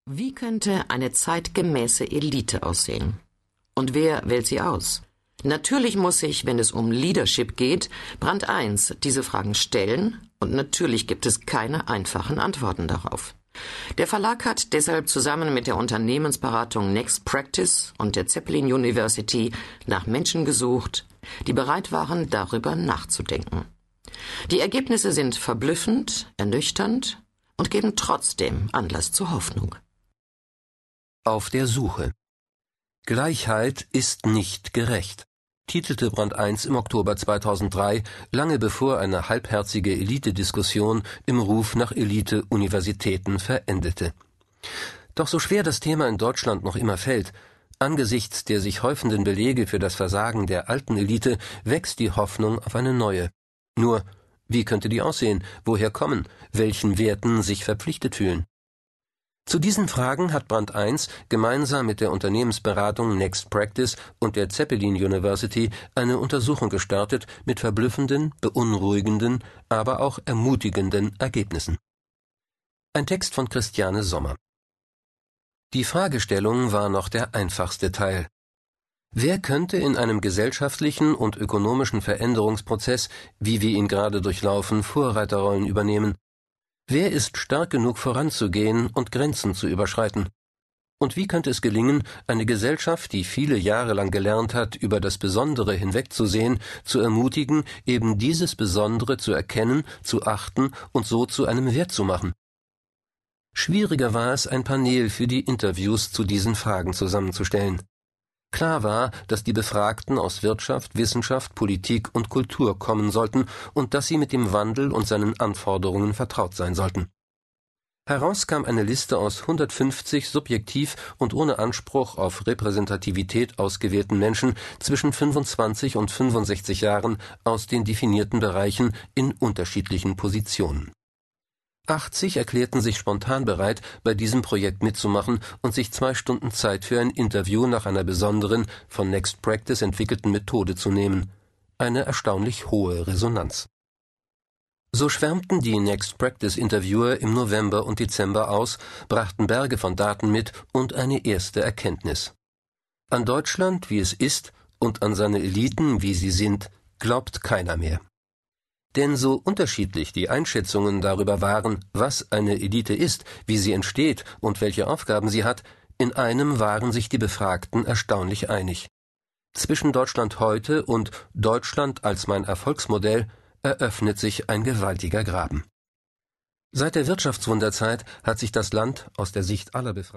Wie könnte eine zeitgemäße Elite aussehen? Und wer wählt sie aus? Natürlich muss sich, wenn es um Leadership geht, Brand 1 diese Fragen stellen, und natürlich gibt es keine einfachen Antworten darauf. Der Verlag hat deshalb zusammen mit der Unternehmensberatung Next Practice und der Zeppelin University nach Menschen gesucht, die bereit waren, darüber nachzudenken. Die Ergebnisse sind verblüffend, ernüchternd und geben trotzdem Anlass zur Hoffnung. Auf der Suche. Gleichheit ist nicht gerecht, titelte Brand 1 im Oktober 2003, lange bevor eine halbherzige Elite-Diskussion im Ruf nach Elite-Universitäten verendete. Doch so schwer das Thema in Deutschland noch immer fällt, angesichts der sich häufenden Belege für das Versagen der alten Elite wächst die Hoffnung auf eine neue. Nur, wie könnte die aussehen, woher kommen, welchen Werten sich verpflichtet fühlen? Zu diesen Fragen hat Brand 1 gemeinsam mit der Unternehmensberatung Next Practice und der Zeppelin University eine Untersuchung gestartet mit verblüffenden, beunruhigenden, aber auch ermutigenden Ergebnissen. Ein Text von Christiane Sommer. Die Fragestellung war noch der einfachste Teil. Wer könnte in einem gesellschaftlichen und ökonomischen Veränderungsprozess, wie wir ihn gerade durchlaufen, Vorreiterrollen übernehmen? Wer ist stark genug voranzugehen und Grenzen zu überschreiten? Und wie könnte es gelingen, eine Gesellschaft, die viele Jahre lang gelernt hat, über das Besondere hinwegzusehen, zu ermutigen, eben dieses Besondere zu erkennen, zu achten und so zu einem Wert zu machen? Schwieriger war es, ein Panel für die Interviews zu diesen Fragen zusammenzustellen. Klar war, dass die Befragten aus Wirtschaft, Wissenschaft, Politik und Kultur kommen sollten und dass sie mit dem Wandel und seinen Anforderungen vertraut sein sollten. Heraus kam eine Liste aus 150 subjektiv und ohne Anspruch auf Repräsentativität ausgewählten Menschen zwischen 25 und 65 Jahren aus den definierten Bereichen in unterschiedlichen Positionen. 80 erklärten sich spontan bereit, bei diesem Projekt mitzumachen und sich 2 Stunden Zeit für ein Interview nach einer besonderen, von Next Practice entwickelten Methode zu nehmen. Eine erstaunlich hohe Resonanz. So schwärmten die Next Practice Interviewer im November und Dezember aus, brachten Berge von Daten mit und eine erste Erkenntnis. An Deutschland, wie es ist, und an seine Eliten, wie sie sind, glaubt keiner mehr. Denn so unterschiedlich die Einschätzungen darüber waren, was eine Elite ist, wie sie entsteht und welche Aufgaben sie hat, in einem waren sich die Befragten erstaunlich einig. Zwischen Deutschland heute und Deutschland als mein Erfolgsmodell eröffnet sich ein gewaltiger Graben. Seit der Wirtschaftswunderzeit hat sich das Land aus der Sicht aller Befragten